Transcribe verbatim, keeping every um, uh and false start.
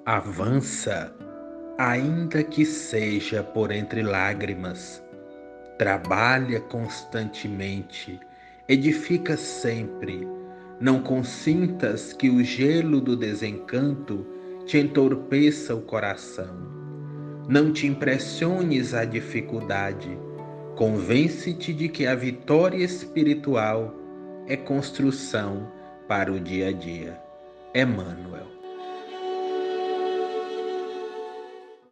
Avança, ainda que seja por entre lágrimas. Trabalha constantemente, edifica sempre. Não consintas que o gelo do desencanto te entorpeça o coração. Não te impressiones a dificuldade. Convence-te de que a vitória espiritual é construção para o dia a dia. Emmanuel.